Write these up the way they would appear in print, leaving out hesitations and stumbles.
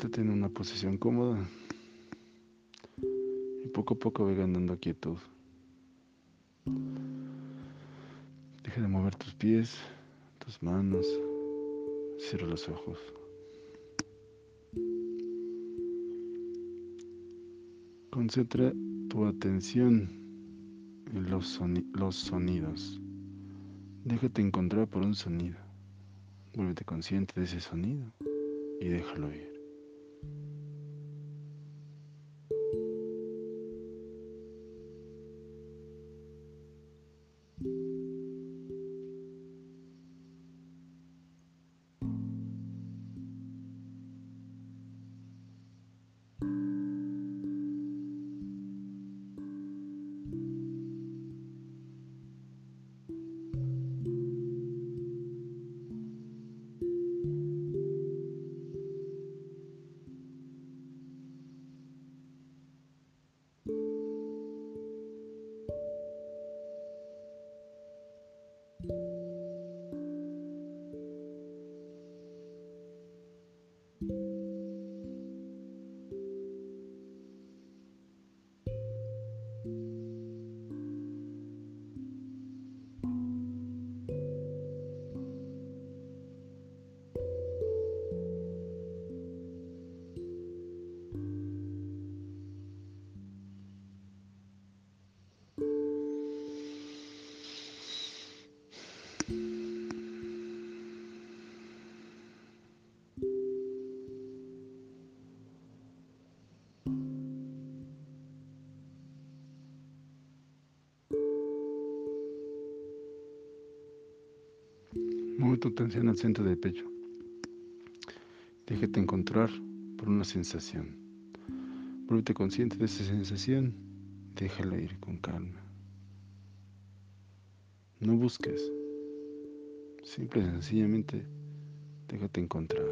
Siéntate en una posición cómoda y poco a poco ve ganando quietud. Deja de mover tus pies, tus manos. Cierra los ojos. Concentra tu atención en los sonidos. Déjate encontrar por un sonido. Vuélvete consciente de ese sonido y déjalo ir. Mueve tu atención al centro del pecho. Déjate encontrar por una sensación. Vuélvete consciente de esa sensación. Déjala ir con calma. No busques. Simple y sencillamente déjate encontrar.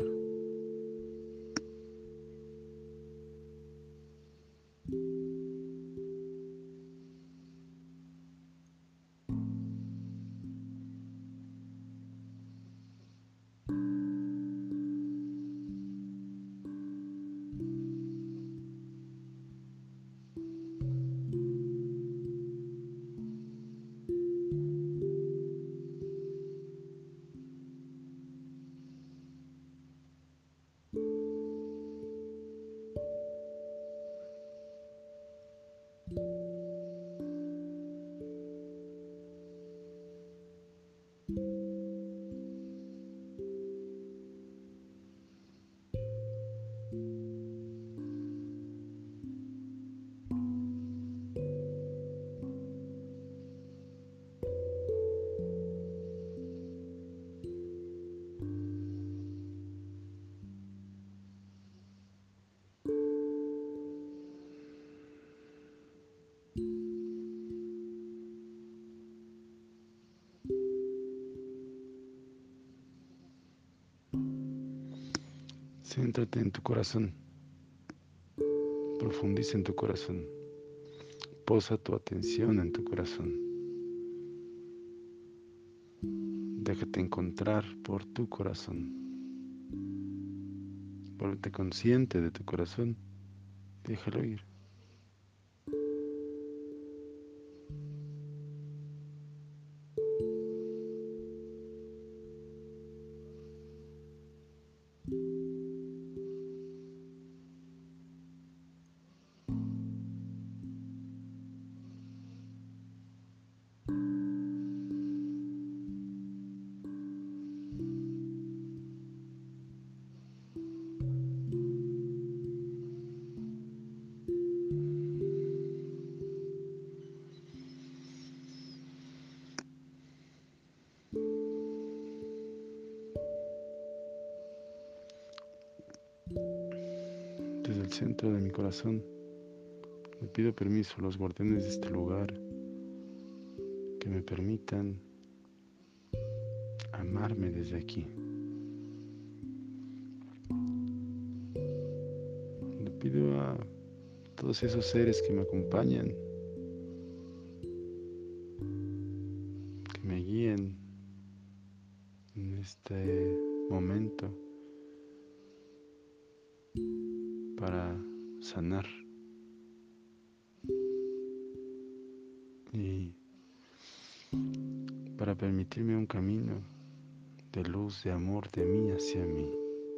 Céntrate en tu corazón. Profundiza en tu corazón. Posa tu atención en tu corazón. Déjate encontrar por tu corazón. Vuélvete consciente de tu corazón. Déjalo ir. Desde el centro de mi corazón le pido permiso a los guardianes de este lugar que me permitan amarme desde aquí. Le pido a todos esos seres que me acompañan, que me guíen en este momento, para sanar y para permitirme un camino de luz, de amor de mí hacia mí.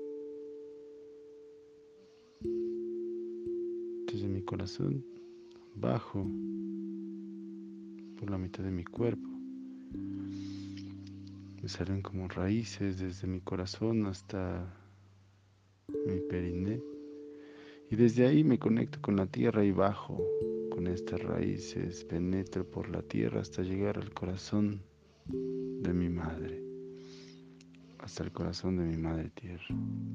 Desde mi corazón bajo por la mitad de mi cuerpo. Me salen como raíces desde mi corazón hasta mi periné. Y desde ahí me conecto con la tierra y bajo con estas raíces, penetro por la tierra hasta llegar al corazón de mi madre, hasta el corazón de mi madre tierra.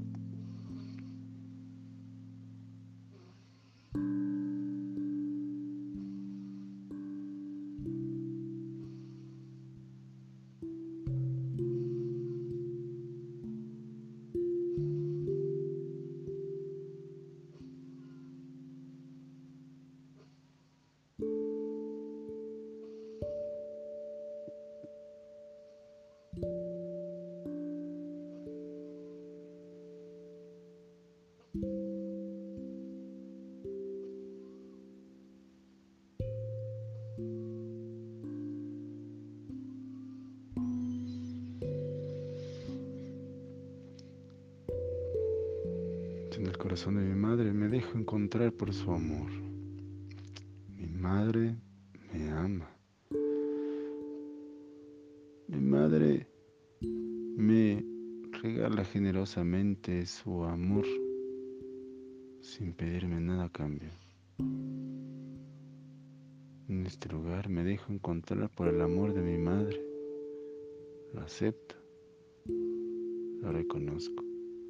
En el corazón de mi madre me dejo encontrar por su amor. Mi madre me ama. Mi madre me regala generosamente su amor sin pedirme nada a cambio. En este lugar me dejo encontrar por el amor de mi madre. Lo acepto, lo reconozco.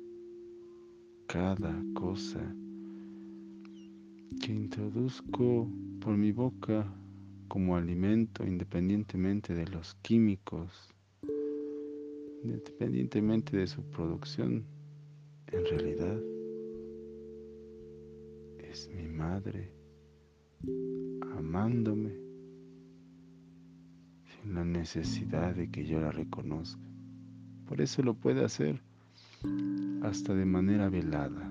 Cada cosa que introduzco por mi boca como alimento, independientemente de los químicos, independientemente de su producción, en realidad es mi madre amándome sin la necesidad de que yo la reconozca. Por eso lo puede hacer hasta de manera velada.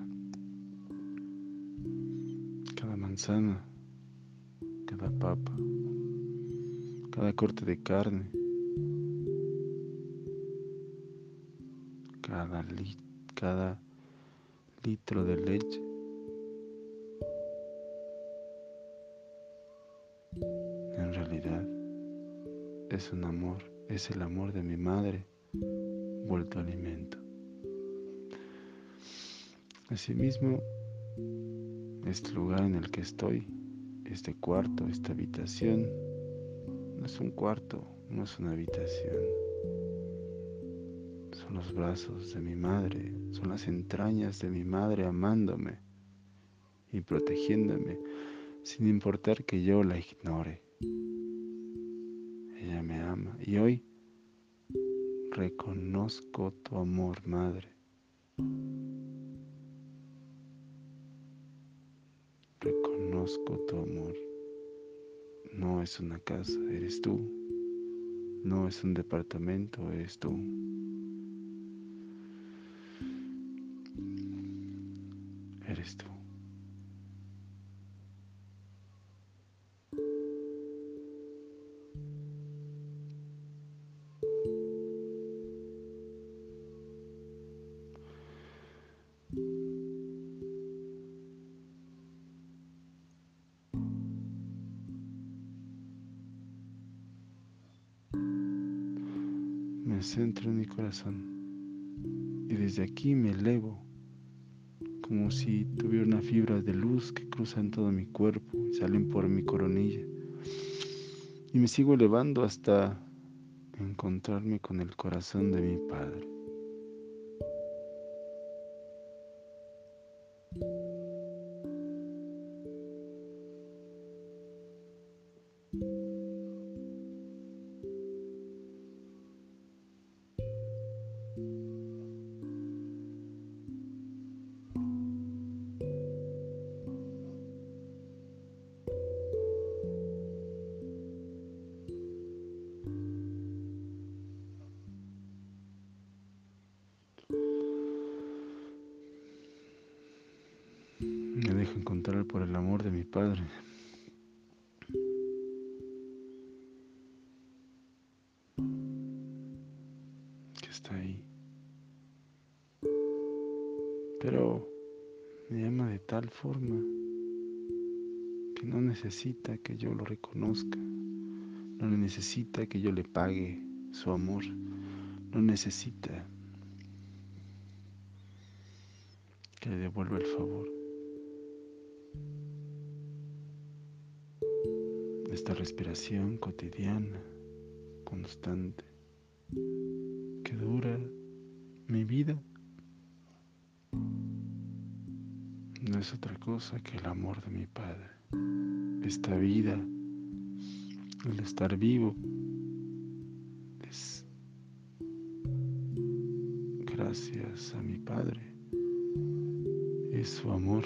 Cada manzana, cada papa, cada corte de carne, cada litro de leche, en realidad es un amor, es el amor de mi madre vuelto alimento. Asimismo, este lugar en el que estoy, este cuarto, esta habitación, no es un cuarto, no es una habitación. Son los brazos de mi madre, son las entrañas de mi madre amándome y protegiéndome, sin importar que yo la ignore. Ella me ama y hoy reconozco tu amor, madre. Reconozco tu amor. No es una casa, eres tú. No es un departamento, eres tú. Eres tú. Me centro en mi corazón y desde aquí me elevo como si tuviera una fibra de luz que cruzan todo mi cuerpo y salen por mi coronilla. Y me sigo elevando hasta encontrarme con el corazón de mi Padre. Me dejo encontrar por el amor de mi Padre, que está ahí, pero me ama de tal forma que no necesita que yo lo reconozca, no necesita que yo le pague su amor, no necesita que le devuelva el favor. Esta respiración cotidiana, constante, que dura mi vida, no es otra cosa que el amor de mi Padre. Esta vida, el estar vivo, es gracias a mi Padre, es su amor.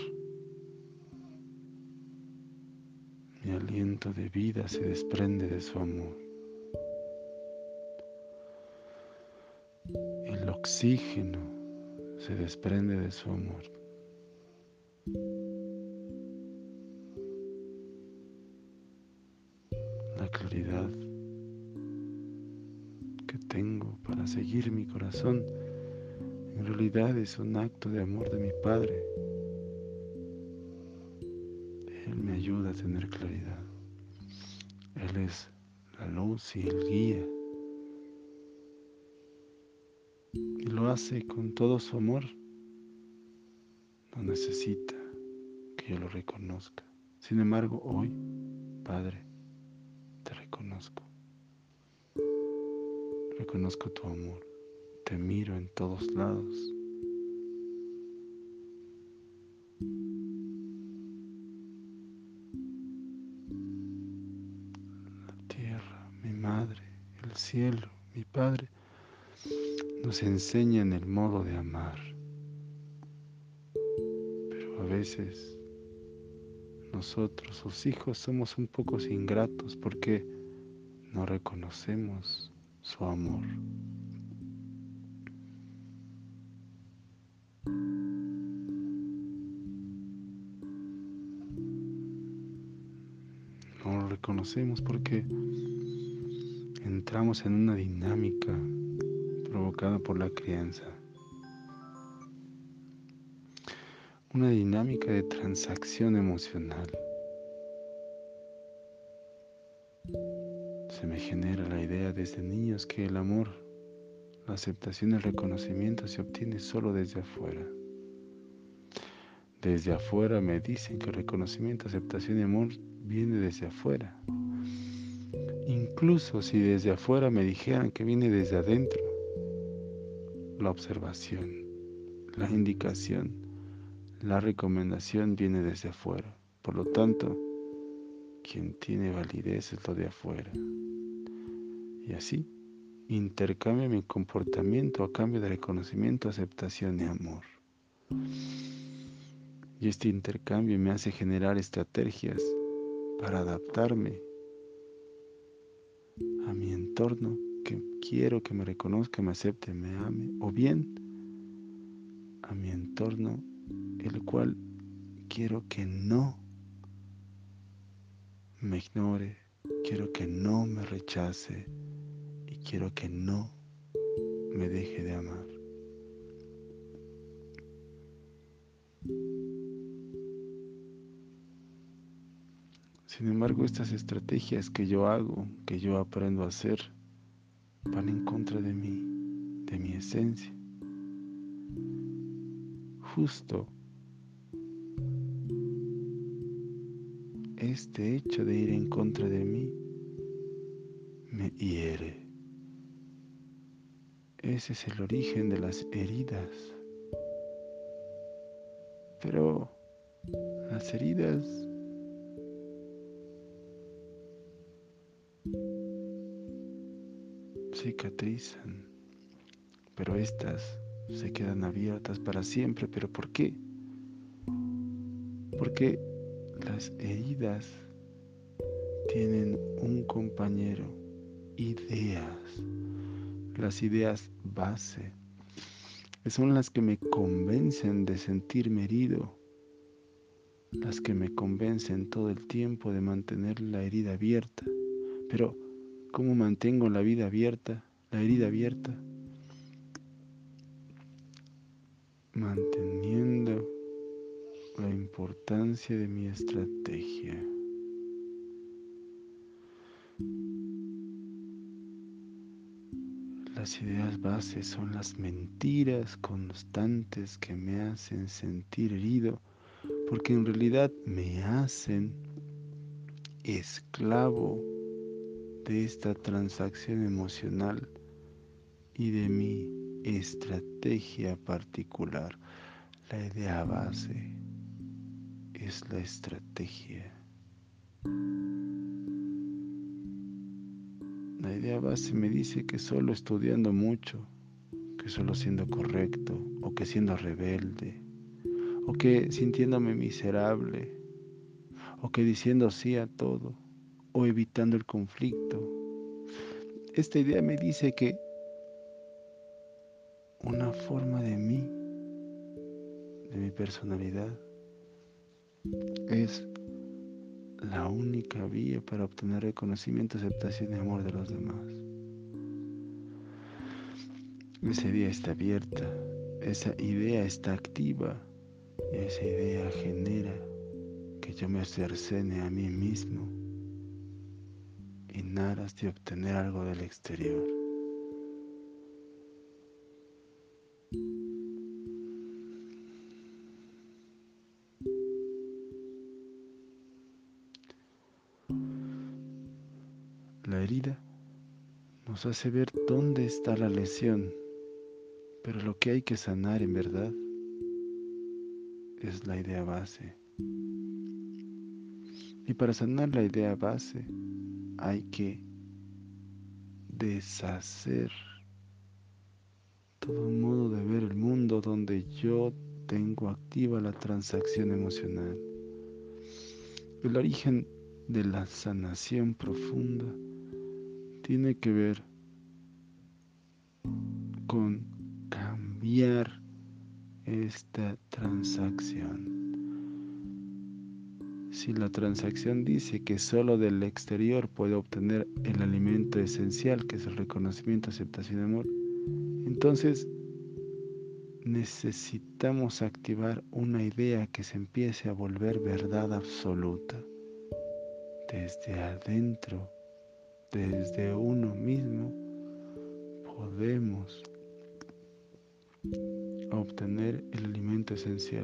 Mi aliento de vida se desprende de su amor. El oxígeno se desprende de su amor. La claridad que tengo para seguir mi corazón en realidad es un acto de amor de mi Padre. Él me ayuda a tener claridad. Él es la luz y el guía. Y lo hace con todo su amor. No necesita que yo lo reconozca. Sin embargo, hoy, Padre, te reconozco. Reconozco tu amor. Te miro en todos lados. La tierra, mi madre, el cielo, mi Padre, nos enseñan el modo de amar. Pero a veces nosotros, sus hijos, somos un poco ingratos porque no reconocemos su amor. No lo reconocemos porque entramos en una dinámica provocada por la crianza. Una dinámica de transacción emocional. Se me genera la idea desde niños que el amor, la aceptación y el reconocimiento se obtiene solo desde afuera. Desde afuera me dicen que el reconocimiento, aceptación y amor viene desde afuera. Incluso si desde afuera me dijeran que viene desde adentro, la observación, la indicación, la recomendación viene desde afuera. Por lo tanto, quien tiene validez es lo de afuera. Y así, intercambio mi comportamiento a cambio de reconocimiento, aceptación y amor. Y este intercambio me hace generar estrategias para adaptarme a mi entorno que quiero que me reconozca, me acepte, me ame, o bien a mi entorno el cual quiero que no me ignore, quiero que no me rechace y quiero que no me deje de amar. Sin embargo, estas estrategias que yo hago, que yo aprendo a hacer, van en contra de mí, de mi esencia. Justo este hecho de ir en contra de mí me hiere. Ese es el origen de las heridas. Pero las heridas cicatrizan, pero estas se quedan abiertas para siempre. ¿Pero por qué? Porque las heridas tienen un compañero, ideas. Las ideas base son las que me convencen de sentirme herido. las que me convencen todo el tiempo de mantener la herida abierta. Pero, ¿cómo mantengo la vida abierta, la herida abierta? Manteniendo la importancia de mi estrategia. Las ideas bases son las mentiras constantes que me hacen sentir herido, porque en realidad me hacen esclavo de esta transacción emocional y de mi estrategia particular. La idea base es la estrategia. La idea base me dice que solo estudiando mucho, que solo siendo correcto, o que siendo rebelde, o que sintiéndome miserable, o que diciendo sí a todo, o evitando el conflicto. Esta idea me dice que una forma de mí, de mi personalidad, es la única vía para obtener reconocimiento, aceptación y amor de los demás. Esa idea está abierta, esa idea está activa, y esa idea genera que yo me cercene a mí mismo en aras de obtener algo del exterior. La herida nos hace ver dónde está la lesión, pero lo que hay que sanar en verdad es la idea base. Y para sanar la idea base hay que deshacer todo un modo de ver el mundo donde yo tengo activa la transacción emocional. El origen de la sanación profunda tiene que ver con cambiar esta transacción. Si la transacción dice que solo del exterior puedo obtener el alimento esencial, que es el reconocimiento, aceptación y amor, entonces necesitamos activar una idea que se empiece a volver verdad absoluta. Desde adentro, desde uno mismo, podemos obtener el alimento esencial.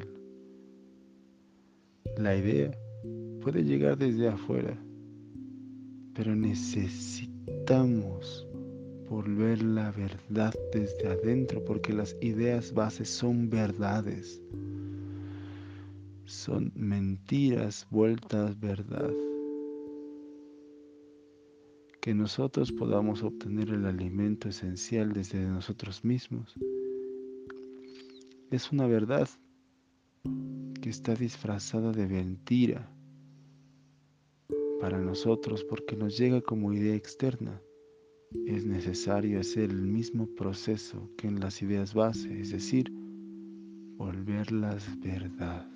La idea puede llegar desde afuera, pero necesitamos volver la verdad desde adentro, porque las ideas bases son verdades, son mentiras vueltas verdad. Que nosotros podamos obtener el alimento esencial desde nosotros mismos es una verdad que está disfrazada de mentira para nosotros porque nos llega como idea externa. Es necesario hacer el mismo proceso que en las ideas base, es decir, volverlas verdad.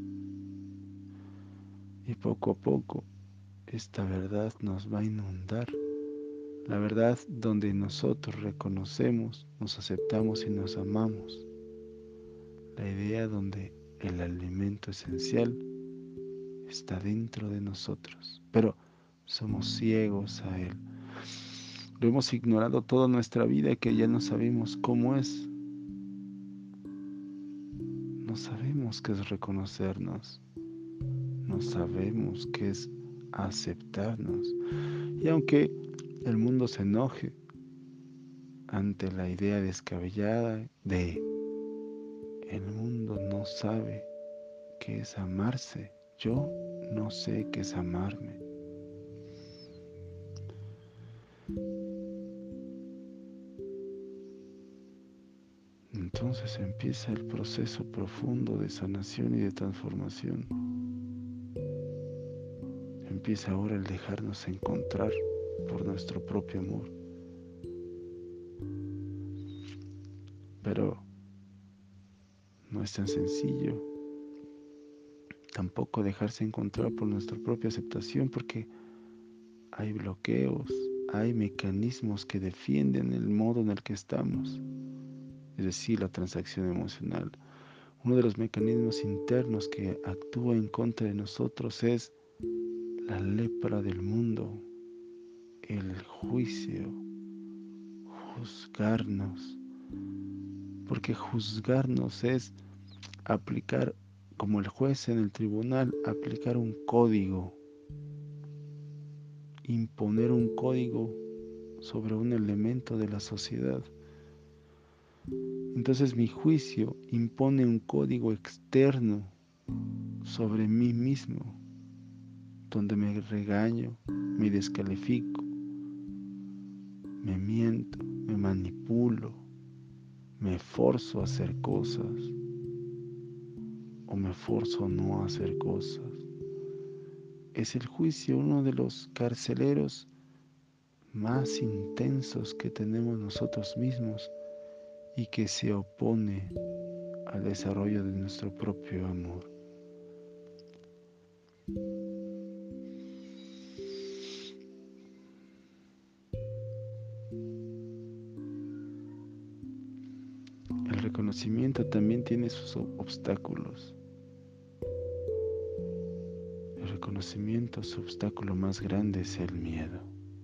Y poco a poco esta verdad nos va a inundar. La verdad donde nosotros reconocemos, nos aceptamos y nos amamos. La idea donde el alimento esencial está dentro de nosotros, pero somos ciegos a él. Lo hemos ignorado toda nuestra vida que ya no sabemos cómo es. No sabemos qué es reconocernos. No sabemos qué es aceptarnos. Y aunque el mundo se enoje ante la idea descabellada de el mundo no sabe qué es amarse, yo no sé qué es amarme. Entonces empieza el proceso profundo de sanación y de transformación. Empieza ahora el dejarnos encontrar por nuestro propio amor. Pero no es tan sencillo. tampoco dejarse encontrar por nuestra propia aceptación, porque hay bloqueos, hay mecanismos que defienden el modo en el que estamos, es decir, la transacción emocional. Uno de los mecanismos internos que actúa en contra de nosotros es la lepra del mundo, el juicio, juzgarnos, porque juzgarnos es aplicar, como el juez en el tribunal, aplicar un código, imponer un código sobre un elemento de la sociedad. Entonces mi juicio impone un código externo sobre mí mismo, donde me regaño, me descalifico, me miento, me manipulo, me forzo a hacer cosas o me forzo a no hacer cosas. Es el juicio uno de los carceleros más intensos que tenemos nosotros mismos y que se opone al desarrollo de nuestro propio amor. El reconocimiento también tiene sus obstáculos. El reconocimiento, su obstáculo más grande es el miedo.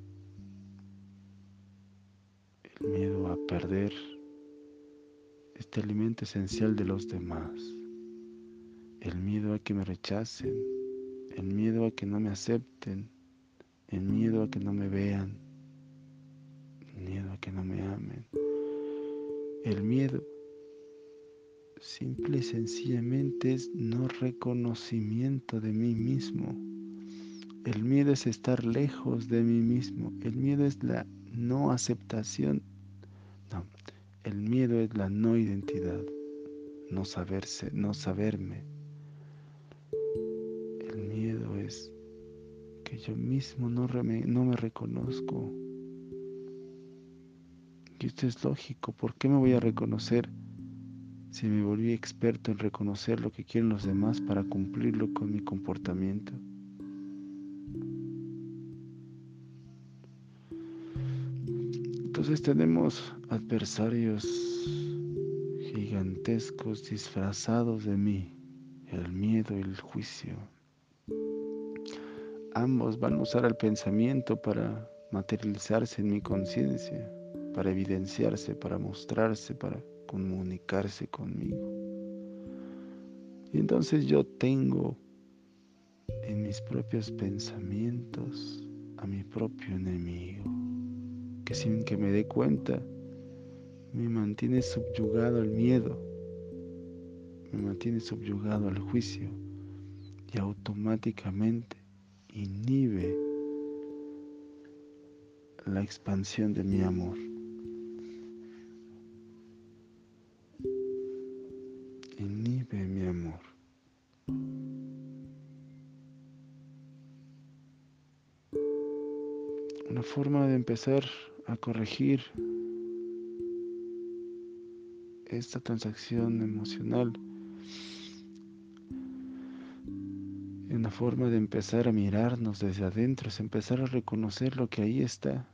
El miedo a perder este alimento esencial de los demás. El miedo a que me rechacen. El miedo a que no me acepten. El miedo a que no me vean. El miedo a que no me amen. El miedo simple y sencillamente es no reconocimiento de mí mismo. El miedo es estar lejos de mí mismo. El miedo es la no aceptación. No, el miedo es la no identidad, no saberse, no saberme. El miedo es que yo mismo no me reconozco. Y esto es lógico. ¿Por qué me voy a reconocer si me volví experto en reconocer lo que quieren los demás para cumplirlo con mi comportamiento? Entonces tenemos adversarios gigantescos disfrazados de mí, el miedo y el juicio. Ambos van a usar el pensamiento para materializarse en mi conciencia, para evidenciarse, para mostrarse, para comunicarse conmigo. Y entonces yo tengo en mis propios pensamientos a mi propio enemigo, que sin que me dé cuenta me mantiene subyugado al miedo, me mantiene subyugado al juicio y automáticamente inhibe la expansión de mi amor. Inhibe mi amor. Una forma de empezar a corregir esta transacción emocional, una forma de empezar a mirarnos desde adentro, es empezar a reconocer lo que ahí está,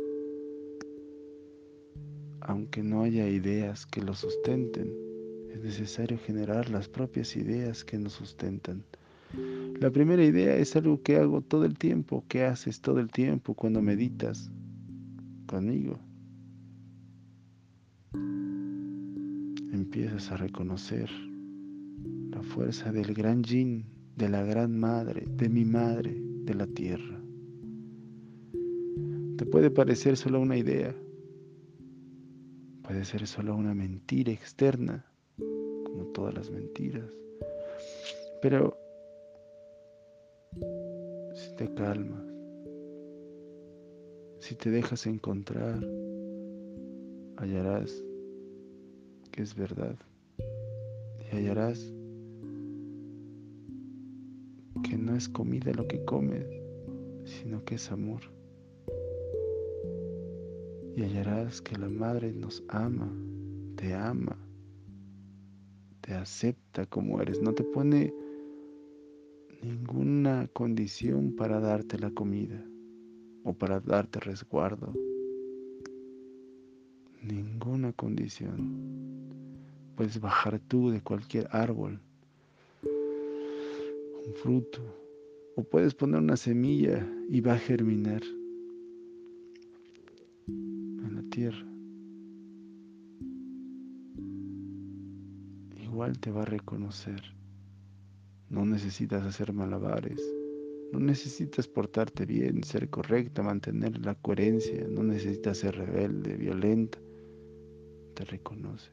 aunque no haya ideas que lo sustenten. Es necesario generar las propias ideas que nos sustentan. La primera idea es algo que hago todo el tiempo, que haces todo el tiempo cuando meditas conmigo. Empiezas a reconocer la fuerza del gran yin, de la gran madre, de mi madre, de la tierra. Te puede parecer solo una idea, puede ser solo una mentira externa, como todas las mentiras. Pero si te calmas, si te dejas encontrar, hallarás que es verdad y hallarás que no es comida lo que comes, sino que es amor. Y hallarás que la madre nos ama, te acepta como eres, no te pone ninguna condición para darte la comida o para darte resguardo, ninguna condición. Puedes bajar tú de cualquier árbol un fruto, o puedes poner una semilla y va a germinar en la tierra. Igual te va a reconocer. No necesitas hacer malabares. No necesitas portarte bien, ser correcta, mantener la coherencia. No necesitas ser rebelde, violenta. Te reconoce.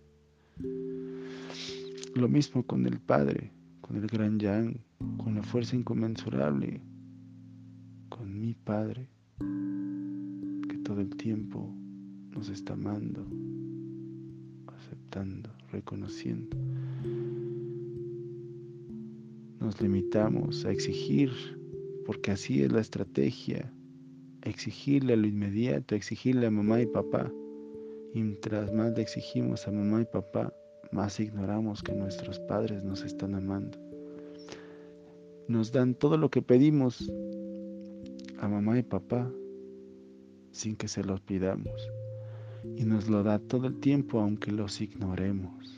Lo mismo con el Padre, con el gran Yang, con la fuerza inconmensurable, con mi Padre, que todo el tiempo nos está amando, aceptando, reconociendo. Nos limitamos a exigir, porque así es la estrategia, exigirle a lo inmediato, exigirle a mamá y papá. Y mientras más le exigimos a mamá y papá, más ignoramos que nuestros padres nos están amando. Nos dan todo lo que pedimos a mamá y papá sin que se los pidamos. Y nos lo da todo el tiempo aunque los ignoremos.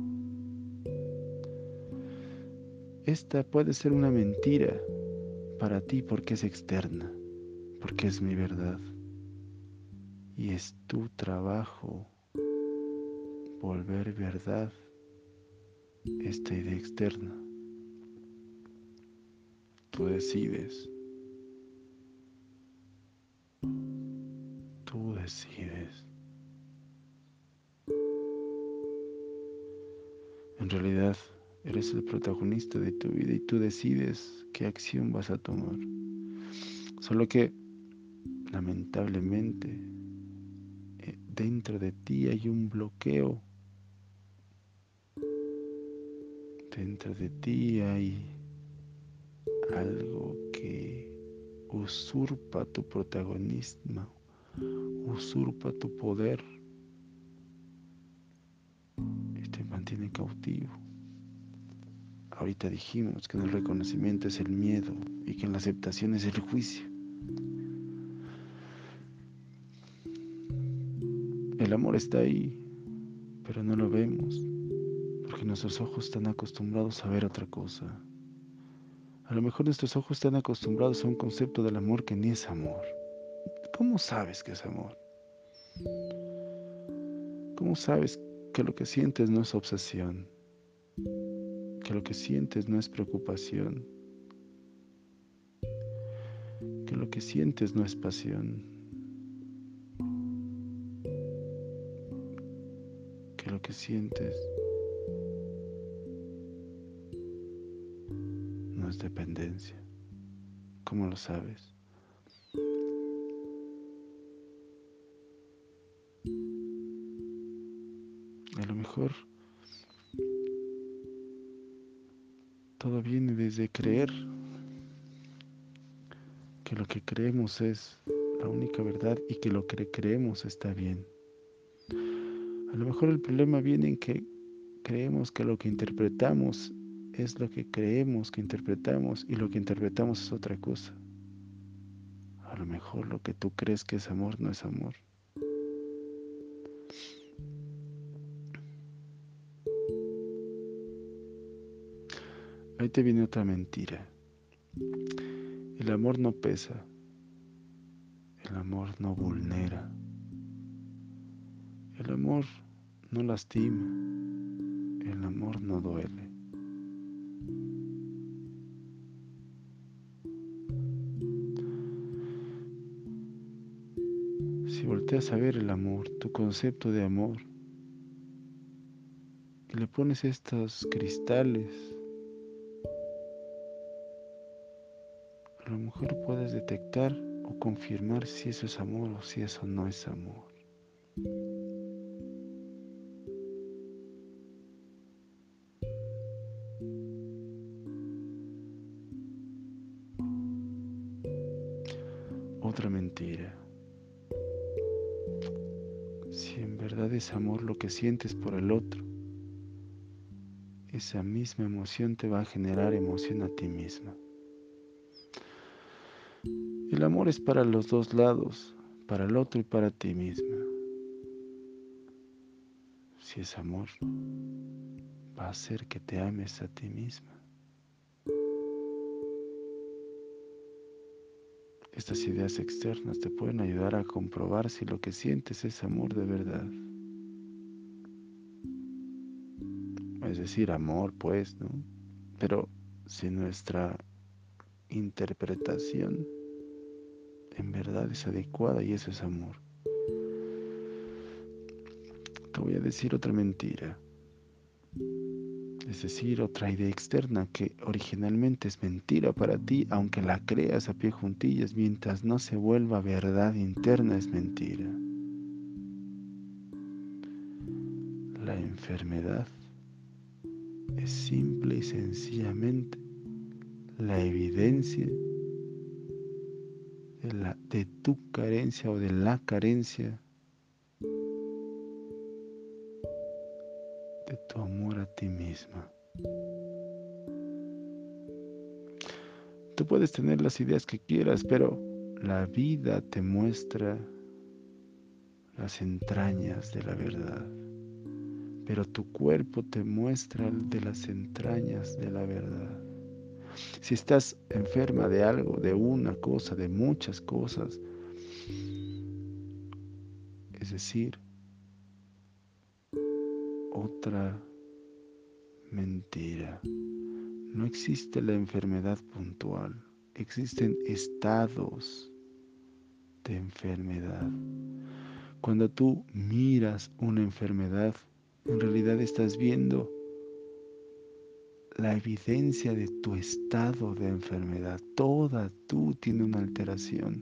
Esta puede ser una mentira para ti porque es externa, porque es mi verdad. Y es tu trabajo volver verdad esta idea externa. Tú decides, tú decides. En realidad, eres el protagonista de tu vida y tú decides qué acción vas a tomar. Solo que, lamentablemente, dentro de ti hay un bloqueo. Dentro de ti hay algo que usurpa tu protagonismo, usurpa tu poder y te mantiene cautivo. Ahorita dijimos que en el reconocimiento es el miedo y que en la aceptación es el juicio. El amor está ahí, pero no lo vemos, porque nuestros ojos están acostumbrados a ver otra cosa. A lo mejor nuestros ojos están acostumbrados a un concepto del amor que ni es amor. ¿Cómo sabes que es amor? ¿Cómo sabes que lo que sientes no es obsesión? Que lo que sientes no es preocupación? Que lo que sientes no es pasión? Que lo que sientes no es dependencia. ¿Cómo lo sabes? A lo mejor todo viene desde creer que lo que creemos es la única verdad y que lo que creemos está bien. A lo mejor el problema viene en que creemos que lo que interpretamos es lo que creemos que interpretamos y lo que interpretamos es otra cosa. A lo mejor lo que tú crees que es amor no es amor. Ahí te viene otra mentira. El amor no pesa. El amor no vulnera. El amor no lastima. El amor no duele. Si volteas a ver el amor, tu concepto de amor, y le pones estos cristales, a lo mejor puedes detectar o confirmar si eso es amor o si eso no es amor. Otra mentira. Si en verdad es amor lo que sientes por el otro, esa misma emoción te va a generar emoción a ti misma. El amor es para los dos lados, para el otro y para ti misma. Si es amor, va a hacer que te ames a ti misma. Estas ideas externas te pueden ayudar a comprobar si lo que sientes es amor de verdad. Es decir, amor, pues, ¿no? Pero si nuestra interpretación en verdad es adecuada y eso es amor. Te voy a decir otra mentira. Es decir, otra idea externa que originalmente es mentira para ti, aunque la creas a pie juntillas, mientras no se vuelva verdad interna, es mentira. La enfermedad es simple y sencillamente la evidencia de tu carencia o de la carencia de tu amor a ti misma. Tú puedes tener las ideas que quieras, pero la vida te muestra las entrañas de la verdad. Pero tu cuerpo te muestra de las entrañas de la verdad. Si estás enferma de algo, de una cosa, de muchas cosas, es decir, otra mentira. No existe la enfermedad puntual, existen estados de enfermedad. Cuando tú miras una enfermedad, en realidad estás viendo la evidencia de tu estado de enfermedad. Toda tú tiene una alteración.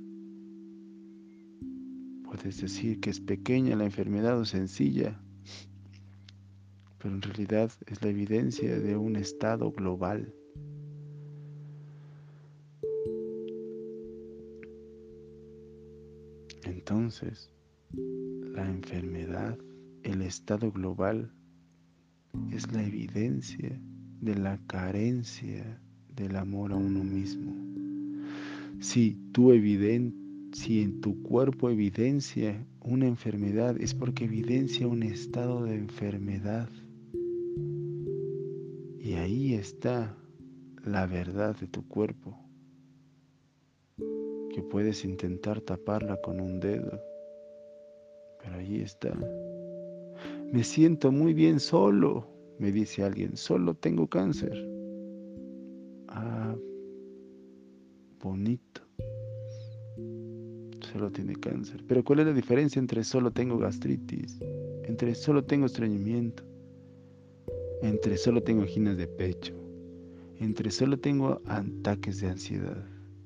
Puedes decir que es pequeña la enfermedad o sencilla, pero en realidad es la evidencia de un estado global. Entonces, la enfermedad, el estado global, es la evidencia de la carencia del amor a uno mismo. Si en tu cuerpo evidencia una enfermedad, es porque evidencia un estado de enfermedad. Y ahí está la verdad de tu cuerpo, que puedes intentar taparla con un dedo, pero ahí está. Me siento muy bien solo, me dice alguien, solo tengo cáncer. Ah, bonito, solo tiene cáncer. Pero ¿cuál es la diferencia entre solo tengo gastritis, entre solo tengo estreñimiento, entre solo tengo anginas de pecho, entre solo tengo ataques de ansiedad?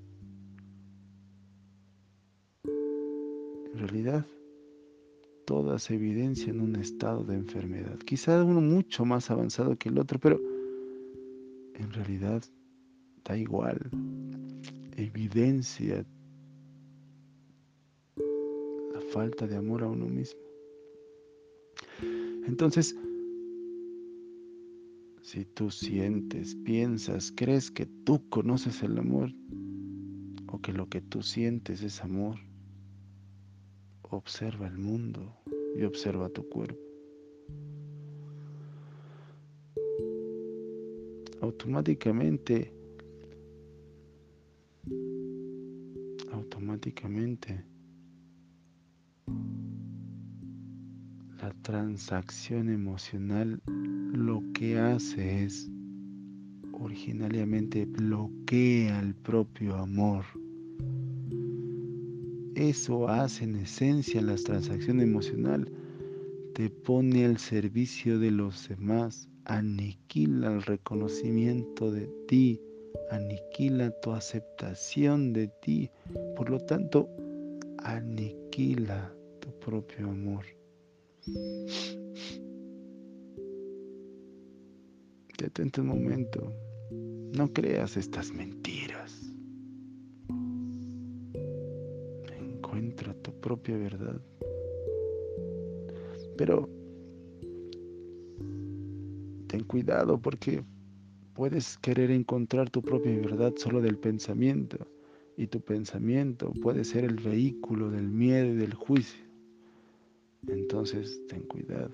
En realidad, todas evidencian un estado de enfermedad, quizá uno mucho más avanzado que el otro, pero en realidad da igual, evidencia la falta de amor a uno mismo. Entonces, si tú sientes, piensas, crees que tú conoces el amor o que lo que tú sientes es amor, observa el mundo y observa tu cuerpo. Automáticamente, la transacción emocional lo que hace es originariamente bloquea el propio amor. Eso hace en esencia la transacción emocional. Te pone al servicio de los demás, aniquila el reconocimiento de ti, aniquila tu aceptación de ti, por lo tanto, aniquila tu propio amor. Detente un momento, no creas estas mentiras. Encuentra tu propia verdad. Pero ten cuidado porque puedes querer encontrar tu propia verdad solo del pensamiento y tu pensamiento puede ser el vehículo del miedo y del juicio. Entonces ten cuidado.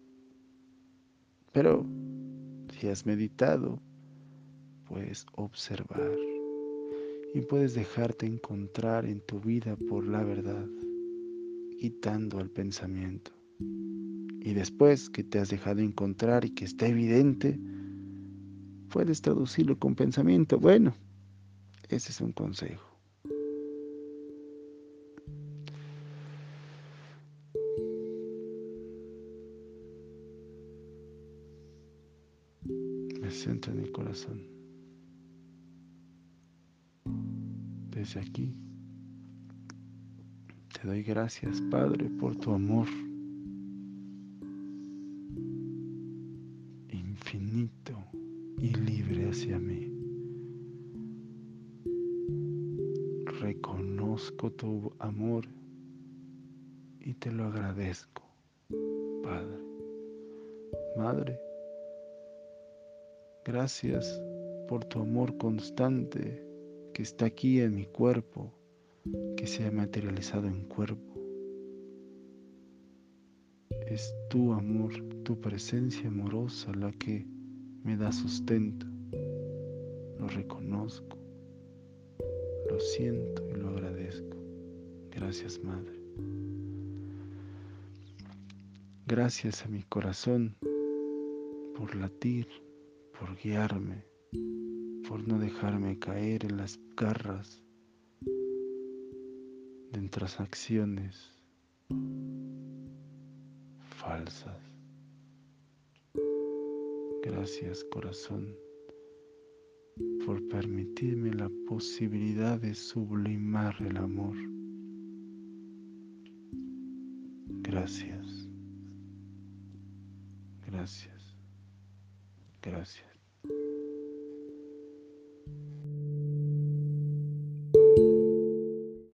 Pero si has meditado, puedes observar y puedes dejarte encontrar en tu vida por la verdad, quitando el pensamiento. Y después que te has dejado encontrar y que está evidente, puedes traducirlo con pensamiento. Bueno, ese es un consejo. Me centro en el corazón. Desde aquí te doy gracias, Padre, por tu amor infinito y libre hacia mí. Reconozco tu amor y te lo agradezco, Padre. Madre, gracias por tu amor constante que está aquí en mi cuerpo, que se ha materializado en cuerpo. Es tu amor, tu presencia amorosa la que me da sustento. Lo reconozco, lo siento y lo agradezco. Gracias, Madre. Gracias a mi corazón por latir, por guiarme, por no dejarme caer en las garras de transacciones falsas. Gracias, corazón, por permitirme la posibilidad de sublimar el amor. Gracias, gracias, gracias.